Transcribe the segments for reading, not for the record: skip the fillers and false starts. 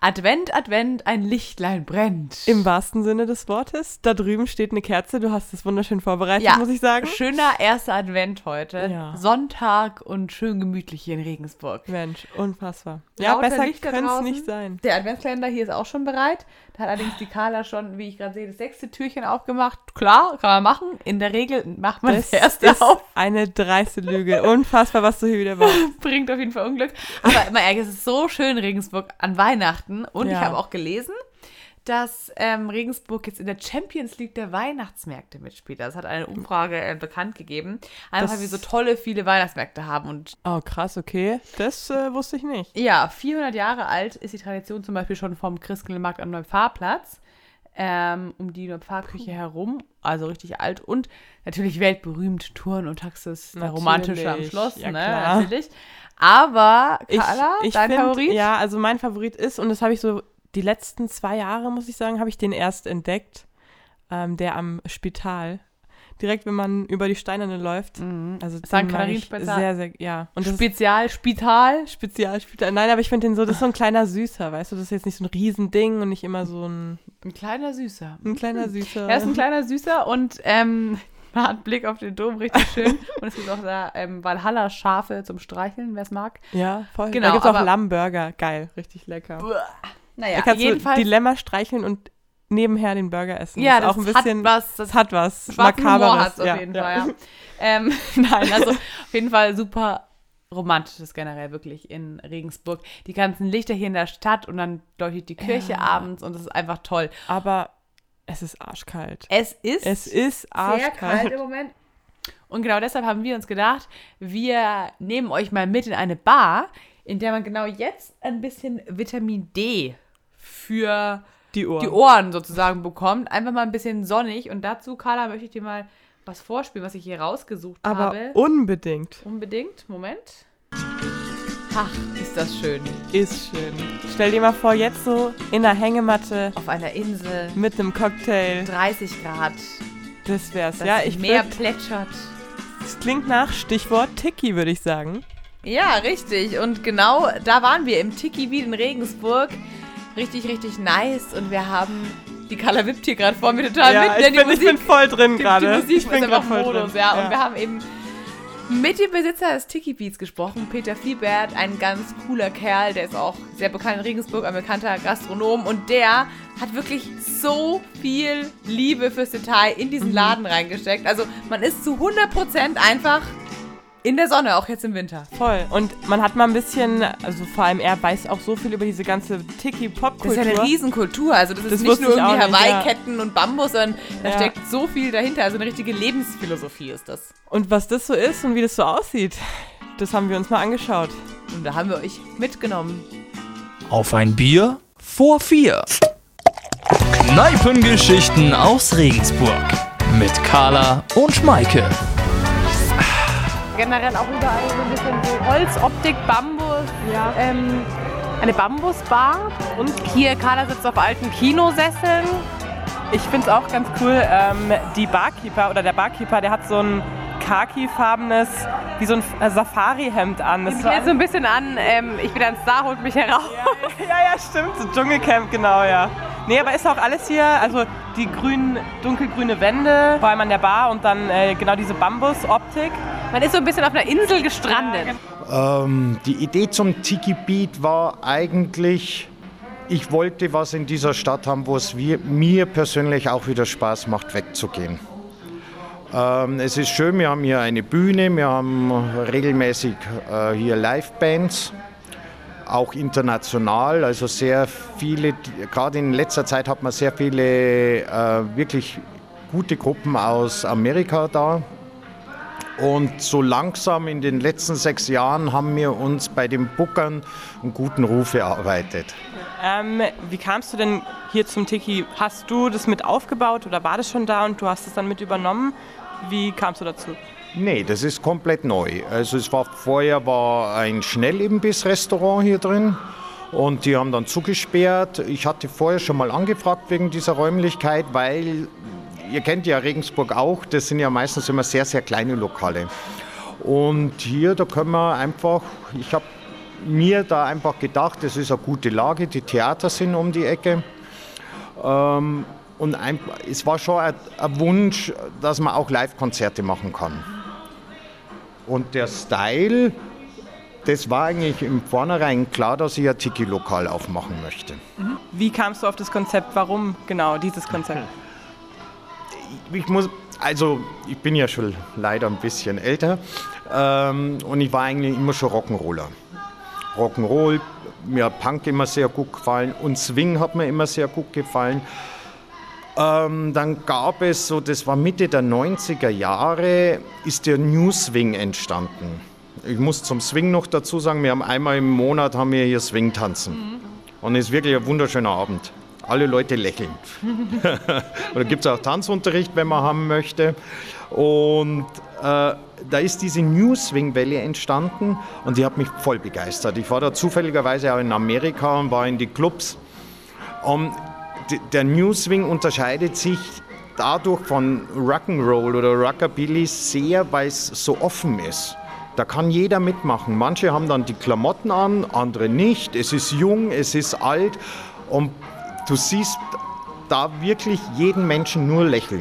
Advent, Advent, ein Lichtlein brennt. Im wahrsten Sinne des Wortes. Da drüben steht eine Kerze. Du hast es wunderschön vorbereitet, muss ich sagen. Schöner erster Advent heute. Ja. Sonntag und schön gemütlich hier in Regensburg. Mensch, unfassbar. Ja, besser könnte es nicht sein. Der Adventskalender hier ist auch schon bereit. Da hat allerdings die Carla schon, wie ich gerade sehe, das 6. Türchen aufgemacht. Klar, kann man machen. In der Regel macht man das erste auf. Eine dreiste Lüge. Unfassbar, was du hier wieder machst. Bringt auf jeden Fall Unglück. Aber immer ehrlich, es ist so schön in Regensburg an Weihnachten. Und ich habe auch gelesen, dass Regensburg jetzt in der Champions League der Weihnachtsmärkte mitspielt. Das hat eine Umfrage bekannt gegeben. Einfach, weil wir so viele Weihnachtsmärkte haben. Und oh, krass, okay. Das wusste ich nicht. Ja, 400 Jahre alt ist die Tradition zum Beispiel schon vom Christkindlmarkt am Neupfarrplatz. Um die Neupfarrküche herum. Also richtig alt. Und natürlich weltberühmt Turn und Taxis, der romantische am Schloss. Ja, ne? klar. Natürlich. Aber, Carla, dein Favorit? Ja, also mein Favorit ist, und das habe ich so die letzten 2 Jahre, muss ich sagen, habe ich den erst entdeckt, der am Spital. Direkt, wenn man über die Steinerne läuft. Mhm. Also St. Katharinenspital. Sehr, sehr, ja. Und Spezialspital. Nein, aber ich finde den so, das ist so ein kleiner Süßer, weißt du, das ist jetzt nicht so ein Riesending und nicht immer so ein... Ein kleiner Süßer. Ein kleiner Süßer. Er ist ein kleiner Süßer und man hat einen Blick auf den Dom, richtig schön. Und es gibt auch da Valhalla-Schafe zum Streicheln, wer es mag. Ja, voll. Genau, da gibt es auch Lammburger. Geil, richtig lecker. Naja, da kannst jedenfalls... du die Lämmer streicheln und nebenher den Burger essen. Ja, das das ist auch ein bisschen, das hat was. Makaberes. Hat auf jeden Fall, ja. Nein, also auf jeden Fall super romantisches generell wirklich in Regensburg. Die ganzen Lichter hier in der Stadt und dann leuchtet die Kirche abends und das ist einfach toll. Aber es ist arschkalt. Es ist arschkalt. Sehr kalt im Moment. Und genau deshalb haben wir uns gedacht, wir nehmen euch mal mit in eine Bar, in der man genau jetzt ein bisschen Vitamin D für die Ohren sozusagen bekommt. Einfach mal ein bisschen sonnig. Und dazu, Carla, möchte ich dir mal was vorspielen, was ich hier rausgesucht habe. Aber unbedingt. Unbedingt. Moment. Ach, ist das schön. Ist schön. Stell dir mal vor, jetzt so in einer Hängematte. Auf einer Insel. Mit einem Cocktail. 30 Grad. Das wär's. Das ja, Meer plätschert. Das klingt nach Stichwort Tiki, würde ich sagen. Ja, richtig. Und genau da waren wir im Tiki Beat in Regensburg. Richtig, richtig nice. Und wir haben... Die Carla wippt hier gerade vor mir total mit. Ich bin voll drin gerade. Die Musik ich bin ist einfach voll Modus, drin. ja. Und wir haben eben mit dem Besitzer des Tiki Beats gesprochen, Peter Fiebert, ein ganz cooler Kerl, der ist auch sehr bekannt in Regensburg, ein bekannter Gastronom. Und der hat wirklich so viel Liebe fürs Detail in diesen Laden reingesteckt. Also man ist zu 100% einfach in der Sonne, auch jetzt im Winter. Voll. Und man hat mal ein bisschen, also vor allem er weiß auch so viel über diese ganze Tiki-Pop-Kultur. Das ist ja eine Riesenkultur. Also das ist nicht nur irgendwie Hawaii-Ketten und Bambus, sondern da steckt so viel dahinter. Also eine richtige Lebensphilosophie ist das. Und was das so ist und wie das so aussieht, das haben wir uns mal angeschaut. Und da haben wir euch mitgenommen. Auf ein Bier vor 4. Kneipengeschichten aus Regensburg. Mit Carla und Maike. Generell auch überall so ein bisschen so Holzoptik, Bambus, eine Bambusbar. Und hier, Carla sitzt auf alten Kinosesseln. Ich finde es auch ganz cool, die Barkeeper oder der Barkeeper, der hat so ein khaki-farbenes, wie so ein Safari-Hemd an. Das sieht so ein bisschen an, ich bin ein Star, holt mich heraus. Ja, stimmt, so Dschungelcamp, genau, ja. Nee, aber ist auch alles hier, also die dunkelgrüne Wände, vor allem an der Bar und dann genau diese Bambus-Optik. Man ist so ein bisschen auf einer Insel gestrandet. Die Idee zum Tiki Beat war eigentlich, ich wollte was in dieser Stadt haben, wo es mir persönlich auch wieder Spaß macht, wegzugehen. Es ist schön, wir haben hier eine Bühne, wir haben regelmäßig hier Live-Bands, auch international, also sehr viele, gerade in letzter Zeit hat man sehr viele wirklich gute Gruppen aus Amerika da. Und so langsam in den letzten 6 Jahren haben wir uns bei den Bookern einen guten Ruf erarbeitet. Wie kamst du denn hier zum Tiki? Hast du das mit aufgebaut oder war das schon da und du hast es dann mit übernommen? Wie kamst du dazu? Nee, das ist komplett neu. Also vorher war ein Schnellimbiss-Restaurant hier drin und die haben dann zugesperrt. Ich hatte vorher schon mal angefragt wegen dieser Räumlichkeit, weil... Ihr kennt ja Regensburg auch, das sind ja meistens immer sehr, sehr kleine Lokale. Und hier, da können wir einfach, ich habe mir da einfach gedacht, es ist eine gute Lage, die Theater sind um die Ecke. Und es war schon ein Wunsch, dass man auch Live-Konzerte machen kann. Und der Style, das war eigentlich im Vornherein klar, dass ich ein Tiki-Lokal aufmachen möchte. Wie kamst du auf das Konzept? Warum genau dieses Konzept? Ich bin ja schon leider ein bisschen älter und ich war eigentlich immer schon Rock'n'Roller. Rock'n'Roll, mir hat Punk immer sehr gut gefallen und Swing hat mir immer sehr gut gefallen. Dann gab es so, das war Mitte der 90er Jahre, ist der New Swing entstanden. Ich muss zum Swing noch dazu sagen, wir haben einmal im Monat hier Swing tanzen. Und es ist wirklich ein wunderschöner Abend. Alle Leute lächeln. Da gibt es auch Tanzunterricht, wenn man haben möchte. Und da ist diese New Swing-Welle entstanden und die hat mich voll begeistert. Ich war da zufälligerweise auch in Amerika und war in die Clubs. Und der New Swing unterscheidet sich dadurch von Rock'n'Roll oder Rockabilly sehr, weil es so offen ist. Da kann jeder mitmachen. Manche haben dann die Klamotten an, andere nicht. Es ist jung, es ist alt und du siehst da wirklich jeden Menschen nur lächeln.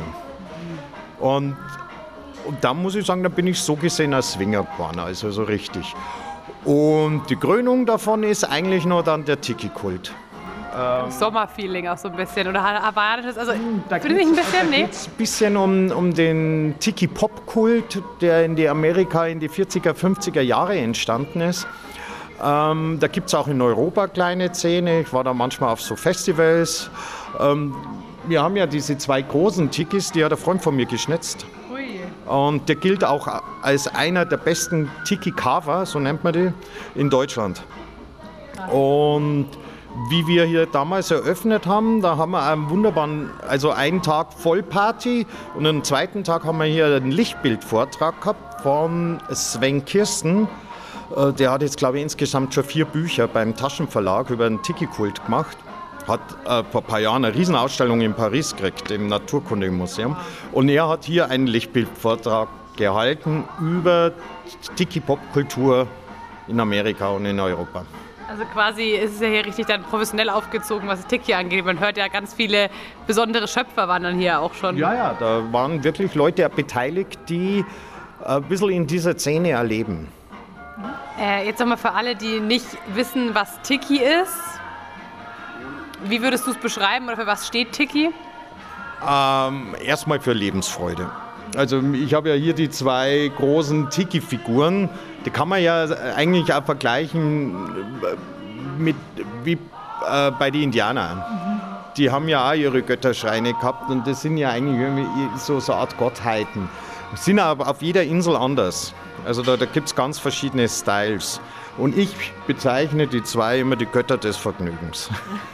Und da muss ich sagen, da bin ich so gesehen als Swinger geworden, also so richtig. Und die Krönung davon ist eigentlich nur dann der Tiki-Kult. Sommerfeeling auch so ein bisschen oder hawaiianisches, also für dich ein bisschen, nee? Da geht es ein bisschen um den Tiki-Pop-Kult, der in die 40er, 50er Jahre entstanden ist. Da gibt es auch in Europa kleine Szene, ich war da manchmal auf so Festivals. Wir haben ja diese 2 großen Tikis, die hat ein Freund von mir geschnitzt. Ui. Und der gilt auch als einer der besten Tiki-Carver, so nennt man die, in Deutschland. Und wie wir hier damals eröffnet haben, da haben wir einen wunderbaren, also einen Tag Vollparty und am zweiten Tag haben wir hier einen Lichtbildvortrag gehabt von Sven Kirsten. Der hat jetzt, glaube ich, insgesamt schon 4 Bücher beim Taschenverlag über den Tiki-Kult gemacht. Hat vor ein paar Jahren eine Riesenausstellung in Paris gekriegt, im Naturkundemuseum. Und er hat hier einen Lichtbildvortrag gehalten über Tiki-Pop-Kultur in Amerika und in Europa. Also quasi ist es ja hier richtig dann professionell aufgezogen, was Tiki angeht. Man hört ja, ganz viele besondere Schöpfer waren dann hier auch schon. Ja, da waren wirklich Leute beteiligt, die ein bisschen in dieser Szene erleben. Jetzt nochmal für alle, die nicht wissen, was Tiki ist. Wie würdest du es beschreiben oder für was steht Tiki? Erstmal für Lebensfreude. Also ich habe ja hier die 2 großen Tiki-Figuren. Die kann man ja eigentlich auch vergleichen mit wie bei den Indianern. Die haben ja auch ihre Götterschreine gehabt und das sind ja eigentlich irgendwie so eine Art Gottheiten. Sind aber auf jeder Insel anders. Also da gibt es ganz verschiedene Styles. Und ich bezeichne die 2 immer die Götter des Vergnügens.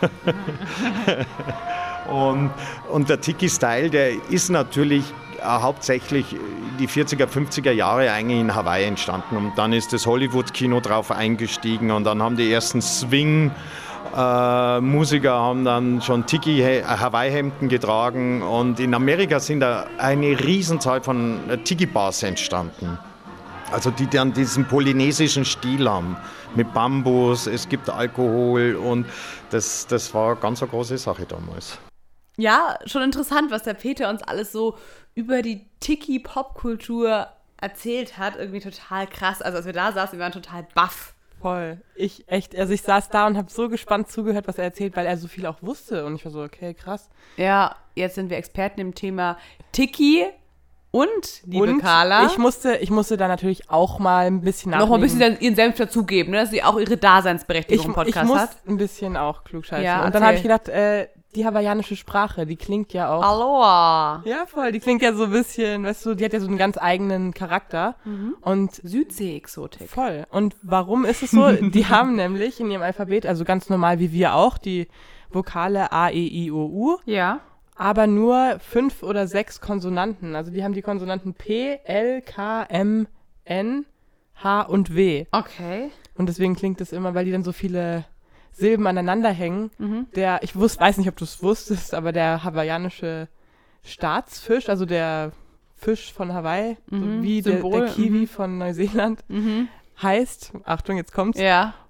und der Tiki-Style, der ist natürlich hauptsächlich die 40er, 50er Jahre eigentlich in Hawaii entstanden. Und dann ist das Hollywood-Kino drauf eingestiegen und dann haben die ersten Swing-Musiker haben dann schon Tiki-Hawaii-Hemden getragen. Und in Amerika sind da eine Riesenzahl von Tiki-Bars entstanden. Also die dann diesen polynesischen Stil haben, mit Bambus, es gibt Alkohol und das war ganz eine große Sache damals. Ja, schon interessant, was der Peter uns alles so über die Tiki-Pop-Kultur erzählt hat. Irgendwie total krass. Also als wir da saßen, wir waren total baff. Voll. Ich saß da und habe so gespannt zugehört, was er erzählt, weil er so viel auch wusste. Und ich war so, okay, krass. Ja, jetzt sind wir Experten im Thema Tiki. Und, liebe Carla, ich musste da natürlich auch mal ein bisschen nachdenken. Noch mal ein bisschen ihren Senf dazugeben, ne, dass sie auch ihre Daseinsberechtigung im Podcast hat. Ich muss ein bisschen auch klugscheißen. Ja, und dann habe ich gedacht, die hawaiianische Sprache, die klingt ja auch... Aloha. Ja, voll, die klingt ja so ein bisschen, weißt du, die hat ja so einen ganz eigenen Charakter. Und Südsee-Exotik. Voll. Und warum ist es so? Die haben nämlich in ihrem Alphabet, also ganz normal wie wir auch, die Vokale A, E, I, O, U. Ja. Aber nur 5 oder 6 Konsonanten. Also die haben die Konsonanten P, L, K, M, N, H und W. Okay. Und deswegen klingt es immer, weil die dann so viele Silben aneinander hängen. Ich weiß nicht, ob du es wusstest, aber der hawaiianische Staatsfisch, also der Fisch von Hawaii, so wie der Kiwi von Neuseeland, heißt, Achtung, jetzt kommt's,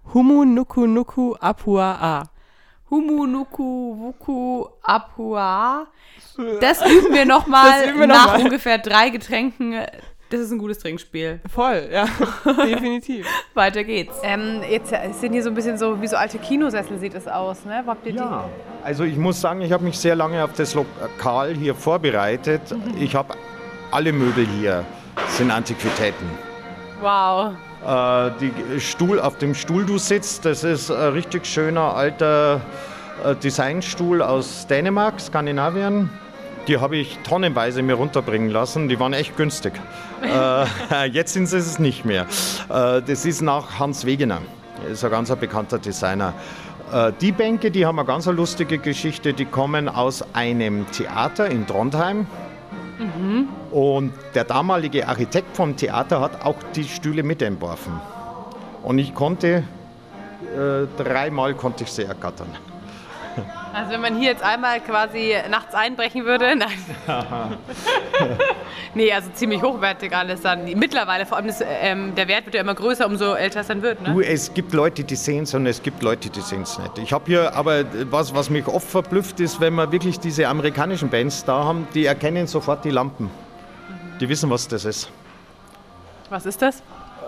Humu Nuku Nuku Apua. Humu Nuku Wuku Apua. Das üben wir nochmal nach ungefähr 3 Getränken. Das ist ein gutes Trinkspiel. Voll, ja, definitiv. Weiter geht's. Jetzt sind hier so ein bisschen so, wie so alte Kinosessel sieht es aus, ne? Wo habt ihr Ja, also ich muss sagen, ich habe mich sehr lange auf das Lokal hier vorbereitet. Ich habe alle Möbel hier, sind Antiquitäten. Wow. Auf dem Stuhl du sitzt, das ist ein richtig schöner alter Designstuhl aus Dänemark, Skandinavien. Die habe ich tonnenweise mir runterbringen lassen, die waren echt günstig. Jetzt sind sie es nicht mehr. Das ist nach Hans Wegener, das ist ein ganz bekannter Designer. Die Bänke, die haben eine ganz lustige Geschichte, die kommen aus einem Theater in Trondheim. Und der damalige Architekt vom Theater hat auch die Stühle mitentworfen. Und ich konnte, 3-mal konnte ich sie ergattern. Also wenn man hier jetzt einmal quasi nachts einbrechen würde, nein. Nee, also ziemlich hochwertig alles dann. Mittlerweile, vor allem der Wert wird ja immer größer, umso älter es dann wird, ne? Du, es gibt Leute, die sehen es und es gibt Leute, die sehen es nicht. Ich habe hier, aber was mich oft verblüfft ist, wenn wir wirklich diese amerikanischen Bands da haben, die erkennen sofort die Lampen. Die wissen, was das ist. Was ist das?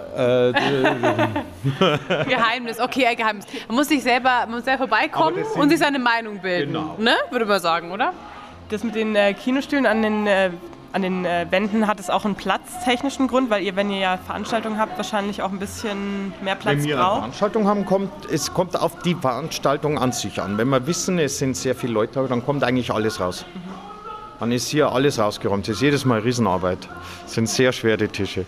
Geheimnis, okay, ein Geheimnis. Man muss selber vorbeikommen und sich seine Meinung bilden, Genau. Ne? Würde man sagen, oder? Das mit den Kinostühlen an den Wänden hat es auch einen platztechnischen Grund, weil wenn ihr ja Veranstaltungen habt, wahrscheinlich auch ein bisschen mehr Platz Wenn wir eine braucht. Veranstaltung haben, kommt auf die Veranstaltung an sich an. Wenn wir wissen, es sind sehr viele Leute da, dann kommt eigentlich alles raus. Dann ist hier alles rausgeräumt. Das ist jedes Mal Riesenarbeit. Das sind sehr schwere Tische.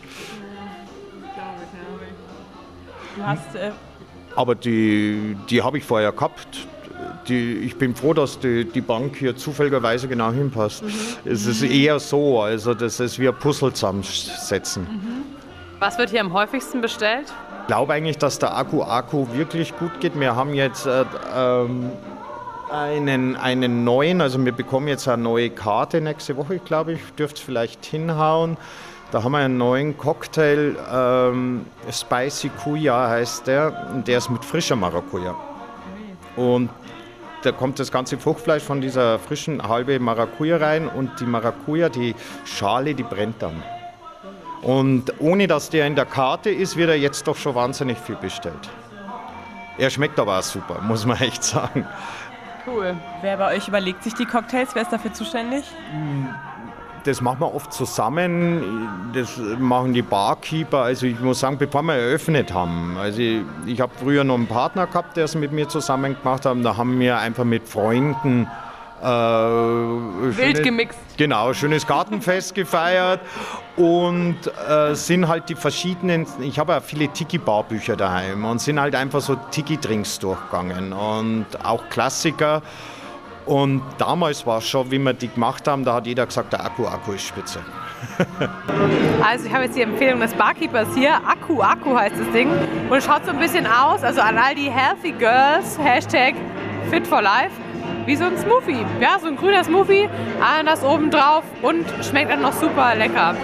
Du hast, Aber die habe ich vorher gehabt. Ich bin froh, dass die Bank hier zufälligerweise genau hinpasst. Es ist eher so, also das ist wie ein Puzzle zusammensetzen. Was wird hier am häufigsten bestellt? Ich glaube eigentlich, dass der Akku wirklich gut geht. Wir haben jetzt einen neuen, also wir bekommen jetzt eine neue Karte nächste Woche, glaube ich, dürfte es vielleicht hinhauen. Da haben wir einen neuen Cocktail, Spicy Kuya heißt der, und der ist mit frischer Maracuja. Und da kommt das ganze Fruchtfleisch von dieser frischen halbe Maracuja rein und die Maracuja, die Schale, die brennt dann. Und ohne dass der in der Karte ist, wird er jetzt doch schon wahnsinnig viel bestellt. Er schmeckt aber auch super, muss man echt sagen. Cool. wer bei euch überlegt sich die Cocktails? Wer ist dafür zuständig? Das machen wir oft zusammen, das machen die Barkeeper. Also ich muss sagen, bevor wir eröffnet haben, also ich habe früher noch einen Partner gehabt, der es mit mir zusammen gemacht hat. Da haben wir einfach mit Freunden Wild gemixt. Genau, schönes Gartenfest gefeiert und sind halt die verschiedenen, ich habe ja viele Tiki-Bar-Bücher daheim und sind halt einfach so Tiki-Drinks durchgegangen und auch Klassiker. Und damals war es schon, wie wir die gemacht haben, da hat jeder gesagt, der Akku ist spitze. Also ich habe jetzt die Empfehlung des Barkeepers hier. Akku heißt das Ding. Und es schaut so ein bisschen aus, also an all die Healthy Girls, #Fit4Life, wie so ein Smoothie. Ja, so ein grüner Smoothie, Ananas oben drauf und schmeckt dann noch super lecker.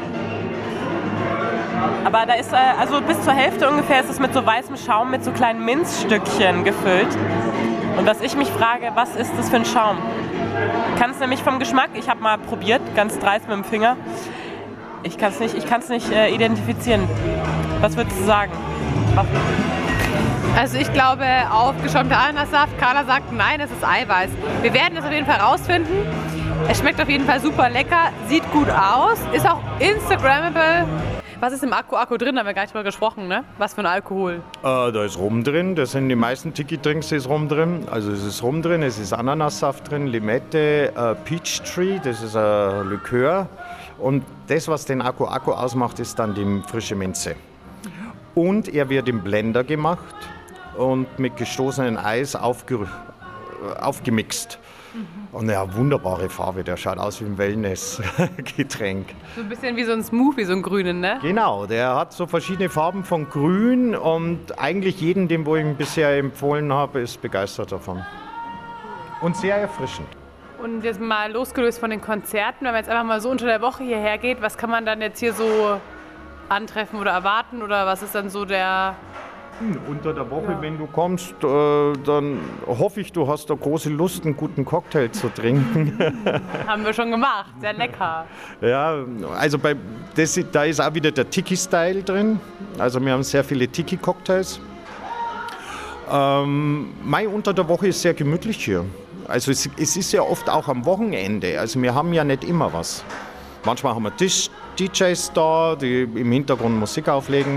Aber da ist, also bis zur Hälfte ungefähr ist es mit so weißem Schaum mit so kleinen Minzstückchen gefüllt. Und was ich mich frage, was ist das für ein Schaum? Ich kann es nämlich vom Geschmack, ich habe mal probiert, ganz dreist mit dem Finger. Ich kann es nicht identifizieren. Was würdest du sagen? Also ich glaube, aufgeschäumter Ananassaft. Carla sagt, nein, es ist Eiweiß. Wir werden es auf jeden Fall rausfinden. Es schmeckt auf jeden Fall super lecker, sieht gut aus, ist auch Instagrammable. Was ist im Akku drin? Da haben wir gar nicht drüber gesprochen, ne? Was für ein Alkohol? Da ist Rum drin, das sind die meisten Tiki-Drinks, ist Rum drin. Also es ist Rum drin, es ist Ananassaft drin, Limette, Peachtree, das ist ein Likör. Und das, was den Akku ausmacht, ist dann die frische Minze. Und er wird im Blender gemacht und mit gestoßenem Eis aufgemixt. Und ja, wunderbare Farbe, der schaut aus wie ein Wellness-Getränk. So ein bisschen wie so ein Smoothie, so ein grünen, ne? Genau, der hat so verschiedene Farben von grün und eigentlich jeden, den wo ich ihm bisher empfohlen habe, ist begeistert davon. Und sehr erfrischend. Und jetzt mal losgelöst von den Konzerten, wenn man jetzt einfach mal so unter der Woche hierher geht, was kann man dann jetzt hier so antreffen oder erwarten? Oder was ist dann so der Unter der Woche, wenn du kommst, dann hoffe ich, du hast da große Lust, einen guten Cocktail zu trinken. Haben wir schon gemacht, sehr lecker. Ja, also da ist auch wieder der Tiki-Style drin. Also wir haben sehr viele Tiki-Cocktails. Unter der Woche ist sehr gemütlich hier. Also es ist ja oft auch am Wochenende. Also wir haben ja nicht immer was. Manchmal haben wir DJs da, die im Hintergrund Musik auflegen.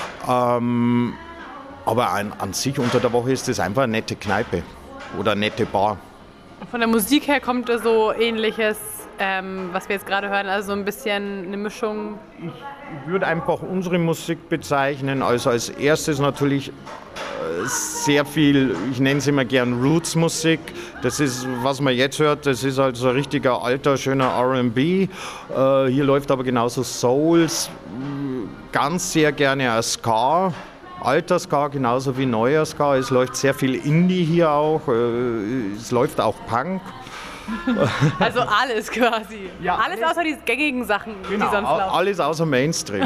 Aber an sich unter der Woche ist es einfach eine nette Kneipe oder eine nette Bar. Von der Musik her kommt da so Ähnliches, was wir jetzt gerade hören, also so ein bisschen eine Mischung. Ich würde einfach unsere Musik bezeichnen, also als erstes natürlich sehr viel, ich nenne es immer gern Roots-Musik. Das ist, was man jetzt hört, das ist also ein richtiger alter, schöner R&B. Hier läuft aber genauso Souls, ganz sehr gerne ein Ska. Alter Ska genauso wie neuer Ska. Es läuft sehr viel Indie hier auch. Es läuft auch Punk. Also alles quasi. Ja, alles außer die gängigen Sachen, genau, die sonst laufen. Alles außer Mainstream.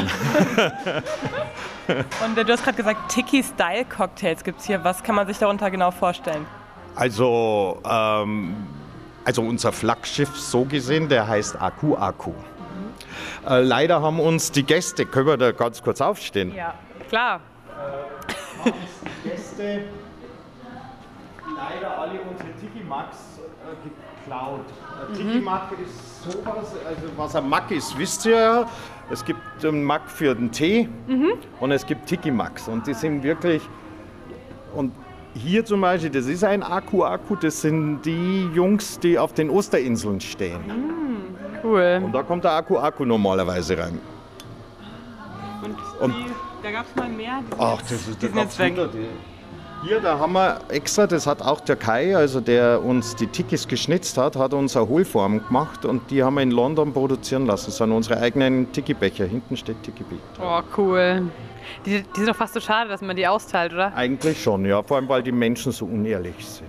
Und du hast gerade gesagt, Tiki-Style-Cocktails gibt es hier. Was kann man sich darunter genau vorstellen? Also unser Flaggschiff so gesehen, der heißt Aku Aku. Leider haben uns die Gäste, können wir da ganz kurz aufstehen? Ja, klar. Haben uns die Gäste leider alle unsere Tiki-Max geklaut. Tiki-Max ist sowas, also was ein Mack ist, wisst ihr ja. Es gibt einen Mack für den Tee und es gibt Tiki-Max und die sind wirklich, und hier zum Beispiel, das ist ein Aku Aku, das sind die Jungs, die auf den Osterinseln stehen. Cool. Und da kommt der Aku Aku normalerweise rein. Und da gab es mal mehr. Ach, die sind jetzt weg. Hier, da haben wir extra, das hat auch der Kai, also der uns die Tikis geschnitzt hat, hat uns eine Hohlform gemacht und die haben wir in London produzieren lassen. Das sind unsere eigenen Tiki-Becher. Hinten steht Tiki-Beat. Oh, cool. Die sind doch fast so schade, dass man die austeilt, oder? Eigentlich schon, ja. Vor allem, weil die Menschen so unehrlich sind.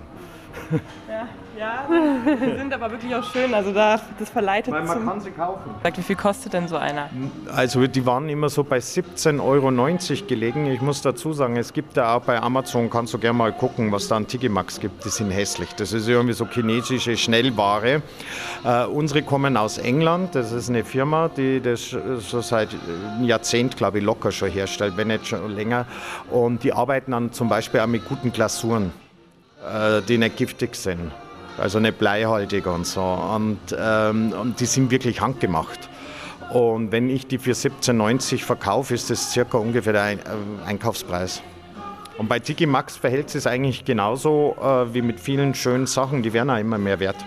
Ja, sind aber wirklich auch schön. Also das verleitet Weil man kann sie kaufen. Sagt, wie viel kostet denn so einer? Also die waren immer so bei 17,90 € gelegen. Ich muss dazu sagen, es gibt ja auch bei Amazon, kannst du gerne mal gucken, was da an Tiki-Max gibt. Die sind hässlich. Das ist irgendwie so chinesische Schnellware. Unsere kommen aus England. Das ist eine Firma, die das schon seit einem Jahrzehnt, glaube ich, locker schon herstellt, wenn nicht schon länger. Und die arbeiten dann zum Beispiel auch mit guten Glasuren, die nicht giftig sind. Also nicht bleihaltig und so. Und die sind wirklich handgemacht. Und wenn ich die für 17,90 € verkaufe, ist das circa ungefähr der Einkaufspreis. Und bei Tiki-Max verhält es eigentlich genauso wie mit vielen schönen Sachen. Die werden auch immer mehr wert.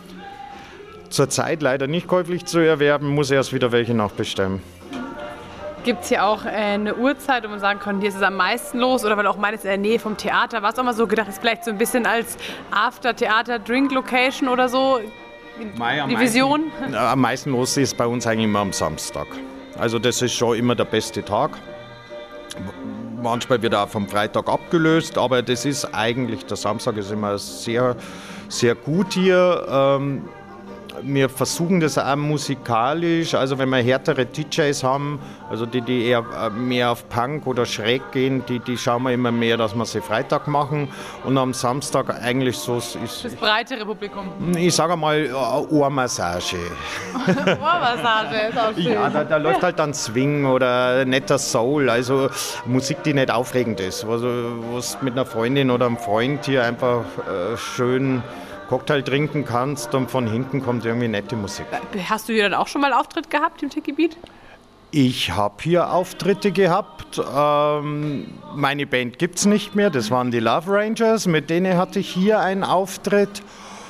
Zurzeit leider nicht käuflich zu erwerben, muss erst wieder welche nachbestellen. Gibt es hier auch eine Uhrzeit, wo man sagen kann, hier ist es am meisten los? Oder weil auch meines in der Nähe vom Theater, war es auch mal so gedacht, ist vielleicht so ein bisschen als After-Theater-Drink-Location oder so die Vision? Am meisten los ist bei uns eigentlich immer am Samstag. Also das ist schon immer der beste Tag. Manchmal wird er auch vom Freitag abgelöst, aber das ist eigentlich, der Samstag ist immer sehr, sehr gut hier. Wir versuchen das auch musikalisch, also wenn wir härtere DJs haben, also die eher mehr auf Punk oder schräg gehen, die schauen wir immer mehr, dass wir sie Freitag machen und am Samstag eigentlich so ist... Das breitere Publikum. Ich sage mal Ohrmassage. Ohrmassage ist auch schön. Ja, da läuft halt dann Swing oder netter Soul, also Musik, die nicht aufregend ist, wo du mit einer Freundin oder einem Freund hier einfach schön Cocktail trinken kannst und von hinten kommt irgendwie nette Musik. Hast du hier dann auch schon mal Auftritt gehabt im Tiki Beat? Ich habe hier Auftritte gehabt. Meine Band gibt es nicht mehr, das waren die Love Rangers, mit denen hatte ich hier einen Auftritt.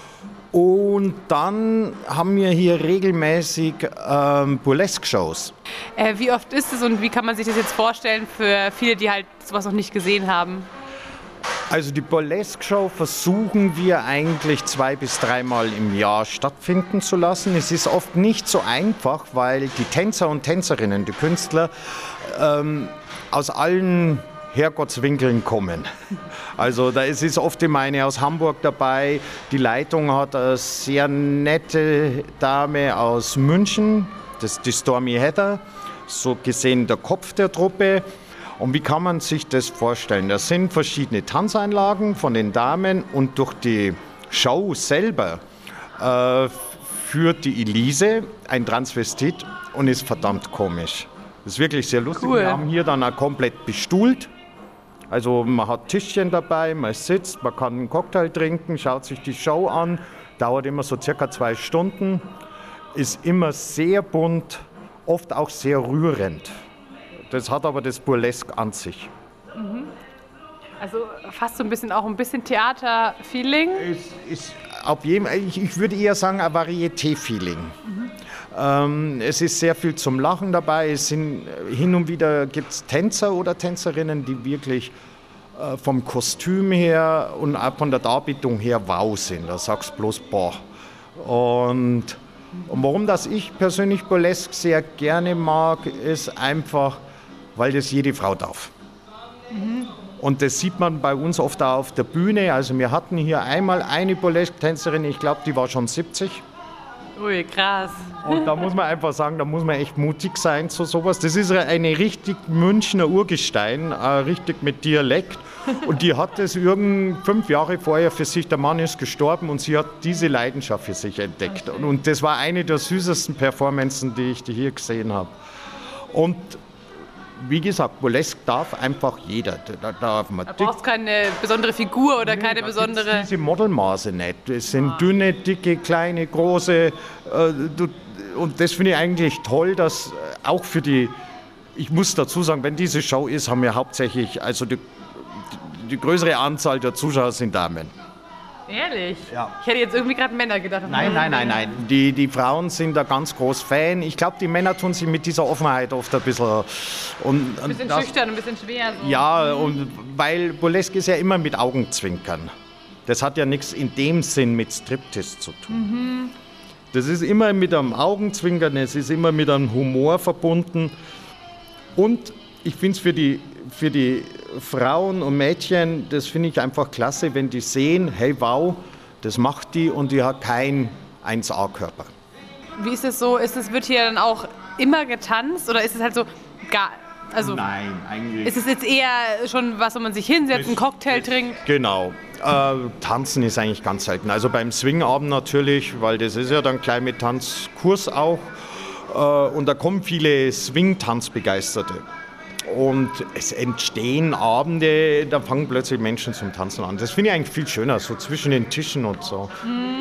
Und dann haben wir hier regelmäßig Burlesque-Shows. Wie oft ist es und wie kann man sich das jetzt vorstellen für viele, die halt sowas noch nicht gesehen haben? Also die Burlesque-Show versuchen wir eigentlich 2- bis 3-mal im Jahr stattfinden zu lassen. Es ist oft nicht so einfach, weil die Tänzer und Tänzerinnen, die Künstler aus allen Herrgottswinkeln kommen. Also da ist oft immer eine aus Hamburg dabei. Die Leitung hat eine sehr nette Dame aus München, das ist die Stormy Heather, so gesehen der Kopf der Truppe. Und wie kann man sich das vorstellen? Das sind verschiedene Tanzeinlagen von den Damen und durch die Show selber führt die Elise ein Transvestit und ist verdammt komisch. Das ist wirklich sehr lustig. Cool. Wir haben hier dann auch komplett bestuhlt. Also man hat Tischchen dabei, man sitzt, man kann einen Cocktail trinken, schaut sich die Show an. Dauert immer so circa 2 Stunden. Ist immer sehr bunt, oft auch sehr rührend. Das hat aber das Burlesque an sich. Also fast so ein bisschen Theater-Feeling. Ich würde eher sagen, ein Varieté-Feeling. Es ist sehr viel zum Lachen dabei. Hin und wieder gibt es Tänzer oder Tänzerinnen, die wirklich vom Kostüm her und auch von der Darbietung her wow sind. Da sagst du bloß boah. Und warum das ich persönlich Burlesque sehr gerne mag, ist einfach, weil das jede Frau darf. Und das sieht man bei uns oft auch auf der Bühne. Also wir hatten hier einmal eine Burlesque-Tänzerin, ich glaube, die war schon 70. Ui, krass. Und da muss man einfach sagen, da muss man echt mutig sein zu sowas. Das ist eine richtig Münchner Urgestein, richtig mit Dialekt. Und die hat das 5 Jahre vorher für sich, der Mann ist gestorben und sie hat diese Leidenschaft für sich entdeckt. Und das war eine der süßesten Performances, die ich hier gesehen habe. Und wie gesagt, Burlesque darf einfach jeder. Da brauchst keine besondere Figur oder keine besondere... Diese Modelmaße nicht. Es sind dünne, dicke, kleine, große. Und das finde ich eigentlich toll, dass auch für die... Ich muss dazu sagen, wenn diese Show ist, haben wir hauptsächlich... Also die größere Anzahl der Zuschauer sind Damen. Ehrlich? Ja. Ich hätte jetzt irgendwie gerade Männer gedacht. Nein. Die Frauen sind da ganz groß Fan. Ich glaube, die Männer tun sich mit dieser Offenheit oft ein bisschen... Ein bisschen schüchtern, ein bisschen schwer. So. Ja, und weil Burlesque ist ja immer mit Augenzwinkern. Das hat ja nichts in dem Sinn mit Striptease zu tun. Das ist immer mit einem Augenzwinkern, es ist immer mit einem Humor verbunden. Und ich finde es für die Frauen und Mädchen, das finde ich einfach klasse, wenn die sehen, hey wow, das macht die und die hat keinen 1A-Körper. Wie ist es so? Wird hier dann auch immer getanzt oder ist es halt so gar... Also, nein, eigentlich... Ist es jetzt eher schon was, wo man sich hinsetzt, einen Cocktail trinkt? Genau. Tanzen ist eigentlich ganz selten. Also beim Swingabend natürlich, weil das ist ja dann gleich mit Tanzkurs auch. Und da kommen viele Swing-Tanzbegeisterte. Und es entstehen Abende, da fangen plötzlich Menschen zum Tanzen an. Das finde ich eigentlich viel schöner, so zwischen den Tischen und so.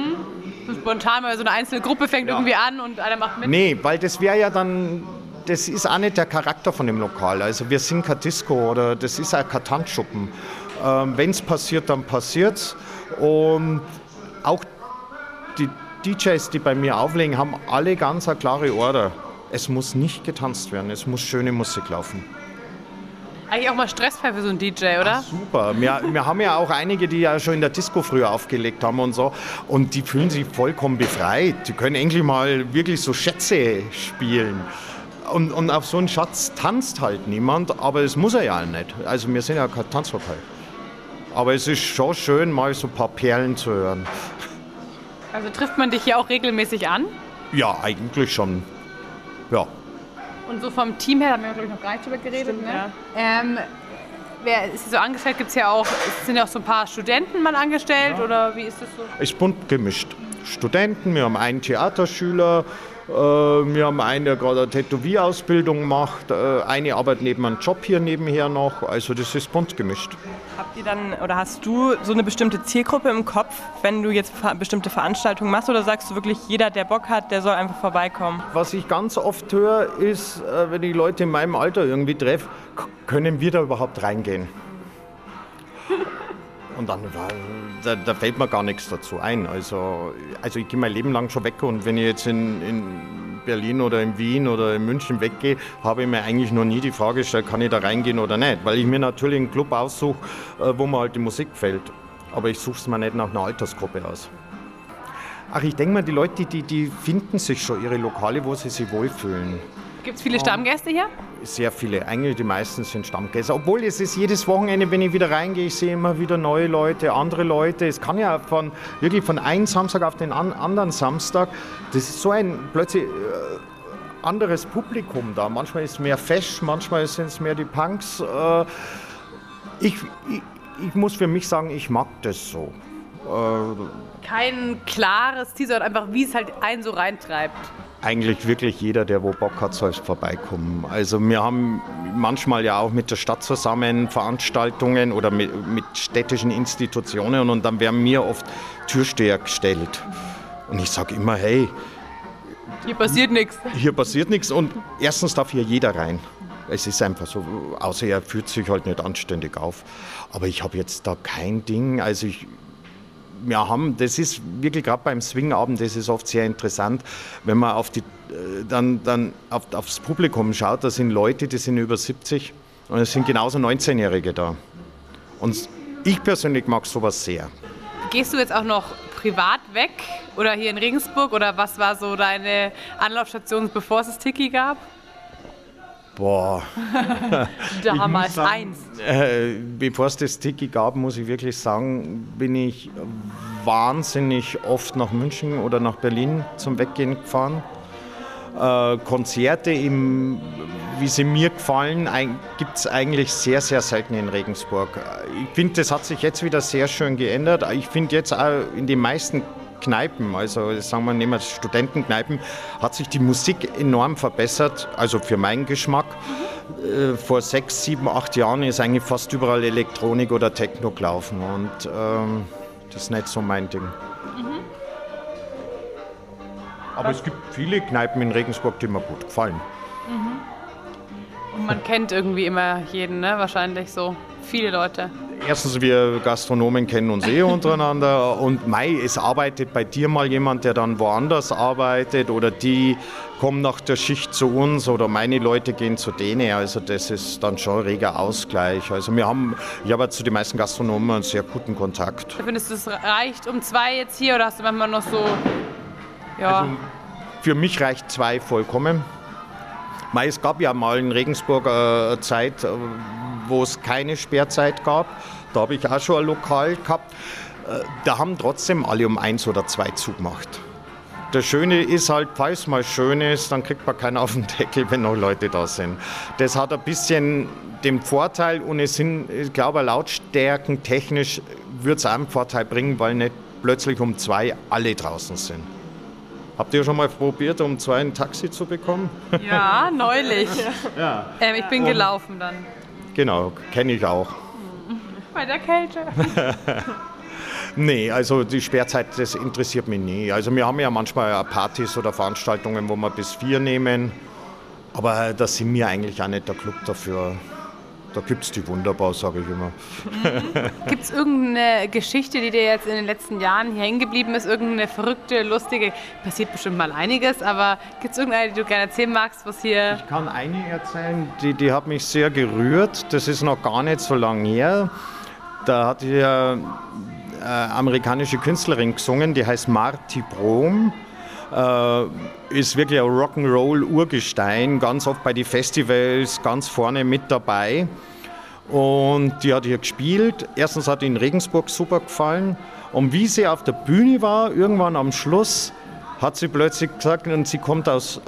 So spontan, weil so eine einzelne Gruppe fängt irgendwie an und einer macht mit? Nee, weil das wäre ja dann, das ist auch nicht der Charakter von dem Lokal. Also wir sind kein Disco oder das ist auch kein Tanzschuppen. Wenn es passiert, dann passiert's. Und auch die DJs, die bei mir auflegen, haben alle ganz eine klare Order. Es muss nicht getanzt werden, es muss schöne Musik laufen. Eigentlich auch mal stressfrei für so einen DJ, oder? Ach, super. Wir haben ja auch einige, die ja schon in der Disco früher aufgelegt haben und so. Und die fühlen sich vollkommen befreit. Die können endlich mal wirklich so Schätze spielen. Und auf so einen Schatz tanzt halt niemand, aber es muss er ja nicht. Also wir sind ja kein Tanzlokal. Aber es ist schon schön, mal so ein paar Perlen zu hören. Also trifft man dich hier auch regelmäßig an? Ja, eigentlich schon. Ja. Und so vom Team her, da haben wir, glaube ich, noch gar nicht drüber geredet. Stimmt, ne? Wer ist hier so angestellt? Gibt's ja auch, sind ja auch so ein paar Studenten mal angestellt oder wie ist das so? Es ist bunt gemischt. Studenten, wir haben einen Theaterschüler, wir haben einen, der gerade eine Tätowierausbildung macht, eine arbeitet neben einem Job hier nebenher noch, also das ist bunt gemischt. Habt ihr dann, oder hast du so eine bestimmte Zielgruppe im Kopf, wenn du jetzt bestimmte Veranstaltungen machst, oder sagst du wirklich, jeder, der Bock hat, der soll einfach vorbeikommen? Was ich ganz oft höre, ist, wenn ich Leute in meinem Alter irgendwie treffe, können wir da überhaupt reingehen? Und dann da fällt mir gar nichts dazu ein. Also ich gehe mein Leben lang schon weg und wenn ich jetzt in Berlin oder in Wien oder in München weggehe, habe ich mir eigentlich noch nie die Frage gestellt, kann ich da reingehen oder nicht. Weil ich mir natürlich einen Club aussuche, wo mir halt die Musik gefällt. Aber ich suche es mir nicht nach einer Altersgruppe aus. Ach, ich denke mal, die Leute, die finden sich schon ihre Lokale, wo sie sich wohlfühlen. Gibt es viele Stammgäste hier? Sehr viele, eigentlich die meisten sind Stammgäste. Obwohl es ist jedes Wochenende, wenn ich wieder reingehe, ich sehe immer wieder neue Leute, andere Leute. Es kann ja wirklich von einem Samstag auf den anderen Samstag, das ist so ein plötzlich anderes Publikum da. Manchmal ist es mehr Fesch, manchmal sind es mehr die Punks. Ich muss für mich sagen, ich mag das so. Kein klares Teaser, einfach wie es halt einen so reintreibt. Eigentlich wirklich jeder, der wo Bock hat, soll vorbeikommen. Also wir haben manchmal ja auch mit der Stadt zusammen Veranstaltungen oder mit städtischen Institutionen und dann werden mir oft Türsteher gestellt. Und ich sage immer, hey, hier passiert nichts. Hier passiert nichts und erstens darf hier jeder rein. Es ist einfach so, außer er führt sich halt nicht anständig auf. Aber ich habe jetzt da kein Ding, also das ist wirklich gerade beim Swing-Abend, das ist oft sehr interessant, wenn man auf aufs Publikum schaut, da sind Leute, die sind über 70 und es sind genauso 19-Jährige da. Und ich persönlich mag sowas sehr. Gehst du jetzt auch noch privat weg oder hier in Regensburg oder was war so deine Anlaufstation, bevor es das Tiki gab? Boah. Damals sagen, bevor es das Tiki gab, muss ich wirklich sagen, bin ich wahnsinnig oft nach München oder nach Berlin zum Weggehen gefahren. Konzerte, wie sie mir gefallen, gibt es eigentlich sehr, sehr selten in Regensburg. Ich finde, das hat sich jetzt wieder sehr schön geändert. Ich finde jetzt auch in den meisten Kneipen, also sagen wir, nehmen wir Studentenkneipen, hat sich die Musik enorm verbessert, also für meinen Geschmack. Vor 6, 7, 8 Jahren ist eigentlich fast überall Elektronik oder Techno gelaufen und das ist nicht so mein Ding. Aber es gibt viele Kneipen in Regensburg, die mir gut gefallen. Und man kennt irgendwie immer jeden, ne? Wahrscheinlich so viele Leute. Erstens, wir Gastronomen kennen uns untereinander und es arbeitet bei dir mal jemand, der dann woanders arbeitet oder die kommen nach der Schicht zu uns oder meine Leute gehen zu denen. Also das ist dann schon ein reger Ausgleich. Also ich habe zu den meisten Gastronomen einen sehr guten Kontakt. Findest du, es reicht um 2 jetzt hier oder hast du manchmal noch so... Ja. Also für mich reicht 2 vollkommen. Es gab ja mal in Regensburg eine Zeit, wo es keine Sperrzeit gab. Da habe ich auch schon ein Lokal gehabt. Da haben trotzdem alle um 1 oder 2 zugemacht. Das Schöne ist halt, falls mal schön ist, dann kriegt man keinen auf den Deckel, wenn noch Leute da sind. Das hat ein bisschen den Vorteil und ich glaube, lautstärkentechnisch wird es auch einen Vorteil bringen, weil nicht plötzlich um 2 alle draußen sind. Habt ihr schon mal probiert, um 2 ein Taxi zu bekommen? Ja, neulich. Ja. Ich bin gelaufen dann. Genau, kenne ich auch. Bei der Kälte. Nee, also die Sperrzeit, das interessiert mich nie. Also wir haben ja manchmal Partys oder Veranstaltungen, wo wir bis 4 nehmen. Aber da sind wir eigentlich auch nicht der Club dafür. Da gibt es die wunderbar, sage ich immer. Gibt es irgendeine Geschichte, die dir jetzt in den letzten Jahren hier hängen geblieben ist? Irgendeine verrückte, lustige, passiert bestimmt mal einiges, aber gibt es irgendeine, die du gerne erzählen magst, was hier... Ich kann eine erzählen, die hat mich sehr gerührt. Das ist noch gar nicht so lange her. Da hat hier eine amerikanische Künstlerin gesungen, die heißt Marty Brom. Ist wirklich ein Rock'n'Roll-Urgestein, ganz oft bei den Festivals, ganz vorne mit dabei. Und die hat hier gespielt. Erstens hat in Regensburg super gefallen. Und wie sie auf der Bühne war, irgendwann am Schluss, hat sie plötzlich gesagt, und sie kommt aus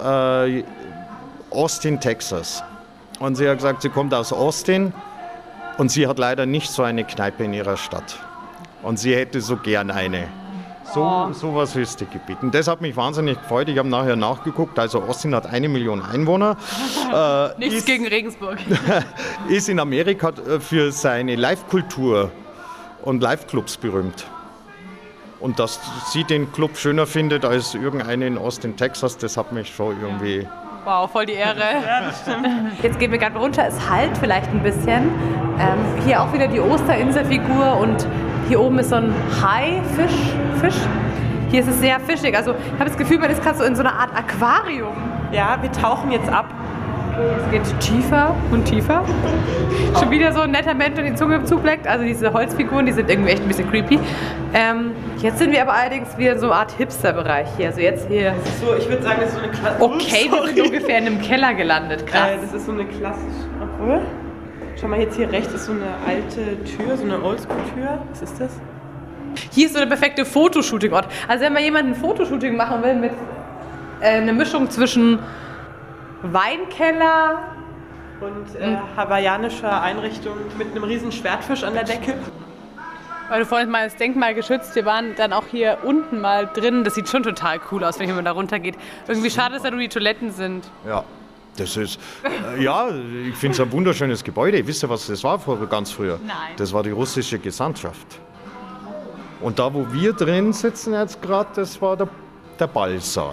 Austin, Texas. Und sie hat gesagt, sie kommt aus Austin und sie hat leider nicht so eine Kneipe in ihrer Stadt. Und sie hätte so gern eine. So was wüsste ich gebeten. Das hat mich wahnsinnig gefreut. Ich habe nachher nachgeguckt. Also Austin hat 1 Million Einwohner. Nichts gegen Regensburg. Ist in Amerika für seine Live-Kultur und Live-Clubs berühmt. Und dass sie den Club schöner findet als irgendeine in Austin, Texas, das hat mich schon irgendwie... Wow, voll die Ehre. Ja, das stimmt. Jetzt gehen wir gerade runter. Es halt vielleicht ein bisschen. Hier auch wieder die Osterinselfigur und hier oben ist so ein Hai-Fisch. Hier ist es sehr fischig. Also ich habe das Gefühl, man ist gerade so in so einer Art Aquarium. Ja, wir tauchen jetzt ab. Es geht tiefer und tiefer. Schon wieder so ein netter Mensch, der die Zunge zubleckt. Also diese Holzfiguren, die sind irgendwie echt ein bisschen creepy. Jetzt sind wir aber allerdings wieder in so eine Art Hipster-Bereich hier. Also jetzt hier... Das ist so, ich würde sagen, das ist so eine klassische... Okay, wir sind ungefähr in einem Keller gelandet. Krass. Das ist so eine klassische... Obwohl... Schau mal, jetzt hier rechts ist so eine alte Tür, so eine Oldschool-Tür. Was ist das? Hier ist so der perfekte Fotoshooting-Ort. Also wenn mal jemand ein Fotoshooting machen will mit einer Mischung zwischen Weinkeller. Und hawaiianische Einrichtung mit einem riesen Schwertfisch an der Decke. Weil du vorhin mal das Denkmal geschützt, wir waren dann auch hier unten mal drin. Das sieht schon total cool aus, wenn man da runter geht. Irgendwie schade, dass da nur die Toiletten sind. Ja, das ist, ich finde es ein wunderschönes Gebäude. Wisst ihr, was das war ganz früher? Nein. Das war die russische Gesandtschaft. Und da, wo wir drin sitzen jetzt gerade, das war der Ballsaal.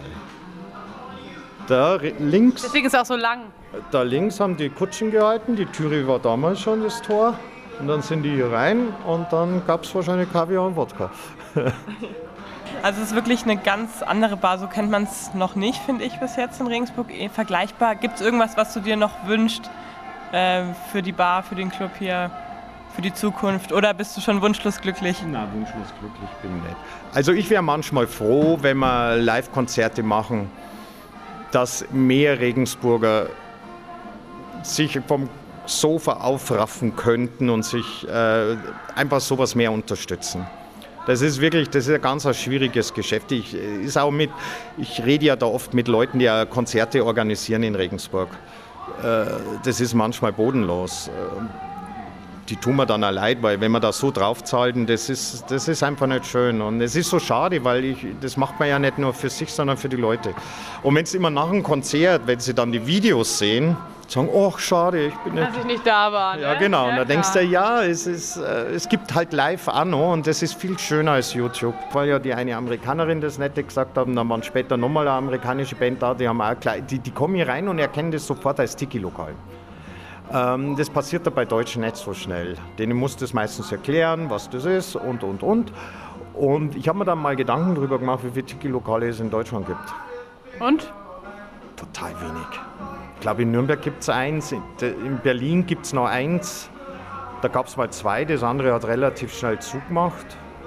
Da links, Deswegen ist es auch so lang. da links haben die Kutschen gehalten, die Türe war damals schon das Tor. Und dann sind die hier rein und dann gab es wahrscheinlich Kaviar und Wodka. Also es ist wirklich eine ganz andere Bar, so kennt man es noch nicht, finde ich, bis jetzt in Regensburg. Vergleichbar. Gibt es irgendwas, was du dir noch wünschst für die Bar, für den Club hier, für die Zukunft? Oder bist du schon wunschlos glücklich? Na, wunschlos glücklich bin ich nicht. Also ich wäre manchmal froh, wenn wir Live-Konzerte machen, dass mehr Regensburger sich vom Sofa aufraffen könnten und sich einfach sowas mehr unterstützen. Das ist ein ganz schwieriges Geschäft. Ich rede ja da oft mit Leuten, die ja Konzerte organisieren in Regensburg. Das ist manchmal bodenlos. Die tun mir dann auch leid, weil wenn wir da so draufzahlen, das ist einfach nicht schön. Und es ist so schade, weil das macht man ja nicht nur für sich, sondern für die Leute. Und wenn sie immer nach dem Konzert, wenn sie dann die Videos sehen, sagen, ach schade, ich bin nicht... Dass ich nicht da war. Ne? Ja, genau. Ja, und da denkst du, ja, es gibt halt live auch noch und das ist viel schöner als YouTube. Weil ja die eine Amerikanerin das Nette gesagt haben, dann waren später nochmal eine amerikanische Band da, die haben auch die kommen hier rein und erkennen das sofort als Tiki-Lokal. Das passiert da bei Deutschen nicht so schnell. Denen muss das meistens erklären, was das ist und. Und ich habe mir dann mal Gedanken darüber gemacht, wie viele Tiki-Lokale es in Deutschland gibt. Und? Total wenig. Ich glaube, in Nürnberg gibt es eins, in Berlin gibt es noch eins. Da gab es mal zwei, das andere hat relativ schnell zugemacht.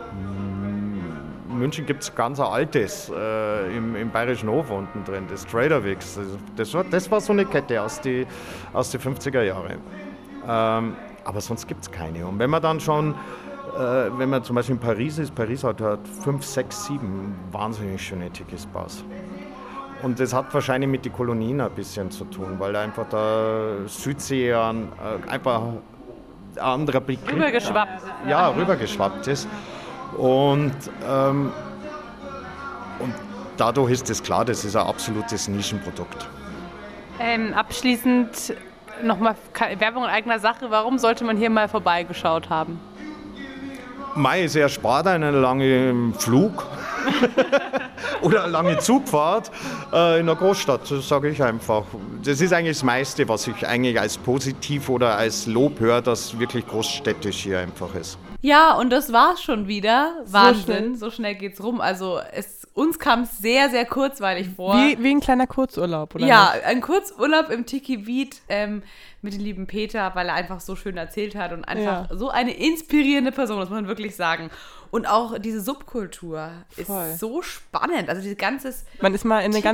In München gibt es ganz ein altes, im Bayerischen Hof unten drin, das Traderwix. Das war so eine Kette aus den 50er Jahren. Aber sonst gibt es keine. Und wenn man dann schon, wenn man zum Beispiel in Paris ist, Paris hat 5, 6, 7 wahnsinnig schöne Tiki-Bars. Und das hat wahrscheinlich mit den Kolonien ein bisschen zu tun, weil einfach der Südsee einfach ein anderer Begriff rübergeschwappt ist. Und dadurch ist es klar, das ist ein absolutes Nischenprodukt. Abschließend nochmal Werbung in eigener Sache. Warum sollte man hier mal vorbeigeschaut haben? Mai ist erspart einen langen Flug oder eine lange Zugfahrt in einer Großstadt, das sage ich einfach. Das ist eigentlich das meiste, was ich eigentlich als positiv oder als Lob höre, dass wirklich großstädtisch hier einfach ist. Ja, und das war's schon wieder. Wahnsinn, so schnell geht's rum. Also uns kam es sehr, sehr kurzweilig vor. Wie ein kleiner Kurzurlaub, oder? Ja, ein Kurzurlaub im Tiki Beat mit dem lieben Peter, weil er einfach so schön erzählt hat und einfach so eine inspirierende Person, das muss man wirklich sagen. Und auch diese Subkultur ist so spannend. Also diese ganze man ist mal in eine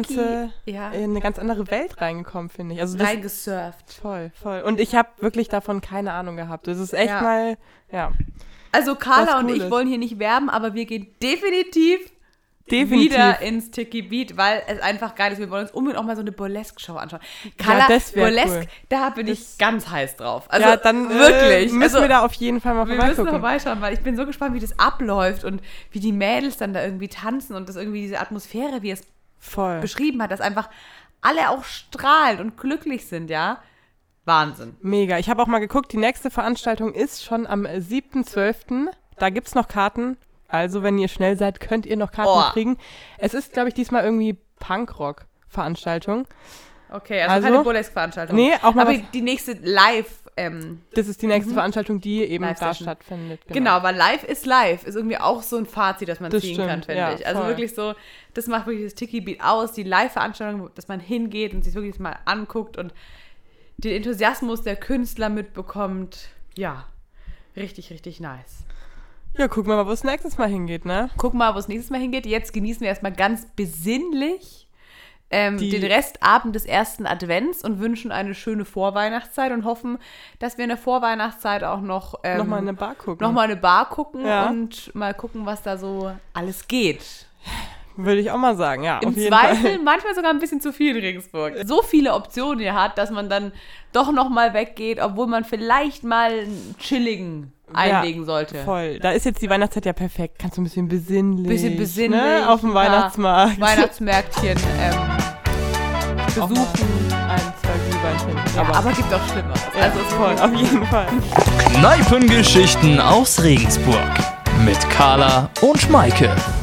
in eine ganz andere Welt reingekommen, finde ich. Also reingesurft. Voll. Und ich habe wirklich davon keine Ahnung gehabt. Das ist echt mal, Also Carla und ich wollen hier nicht werben, aber wir gehen definitiv wieder ins Tiki Beat, weil es einfach geil ist. Wir wollen uns unbedingt auch mal so eine Burlesque-Show anschauen. Carla, Burlesque, cool. Da bin ich ganz heiß drauf. Also dann wirklich. Müssen wir da auf jeden Fall mal vorbeigucken. Wir müssen vorbeischauen, weil ich bin so gespannt, wie das abläuft und wie die Mädels dann da irgendwie tanzen und das irgendwie diese Atmosphäre, wie es beschrieben hat, dass einfach alle auch strahlen und glücklich sind, ja. Wahnsinn. Mega. Ich habe auch mal geguckt, die nächste Veranstaltung ist schon am 7.12. Da gibt es noch Karten. Also, wenn ihr schnell seid, könnt ihr noch Karten kriegen. Es ist, glaube ich, diesmal irgendwie Punkrock-Veranstaltung. Okay, also keine Burlesque-Veranstaltung. Nee, auch mal. Aber die nächste Live. Das ist die nächste Veranstaltung, die eben da stattfindet. Genau, weil live. Ist irgendwie auch so ein Fazit, das man ziehen kann, finde ich. Also wirklich so, das macht wirklich das Tiki Beat aus, die Live-Veranstaltung, dass man hingeht und sich wirklich mal anguckt und den Enthusiasmus der Künstler mitbekommt. Ja, richtig, richtig nice. Ja, gucken wir mal, wo es nächstes Mal hingeht, ne? Gucken wir mal, wo es nächstes Mal hingeht. Jetzt genießen wir erstmal ganz besinnlich den Restabend des ersten Advents und wünschen eine schöne Vorweihnachtszeit und hoffen, dass wir in der Vorweihnachtszeit auch noch mal eine Bar gucken. Und mal gucken, was da so alles geht. Würde ich auch mal sagen, ja. Im auf jeden Zweifel Fall. manchmal sogar ein bisschen zu viel in Regensburg. So viele Optionen ihr hat, dass man dann doch nochmal weggeht, obwohl man vielleicht mal einen chilligen einlegen sollte. Voll. Da ist jetzt die Weihnachtszeit ja perfekt. Kannst du ein bisschen besinnlich. Ne? Auf dem Weihnachtsmarkt. Weihnachtsmärktchen Auch besuchen. mal 1, 2 Glühweinchen. Ja, aber gibt auch Schlimmeres. ja, Also ist voll, auf jeden Fall. Kneipengeschichten aus Regensburg mit Carla und Schmeike.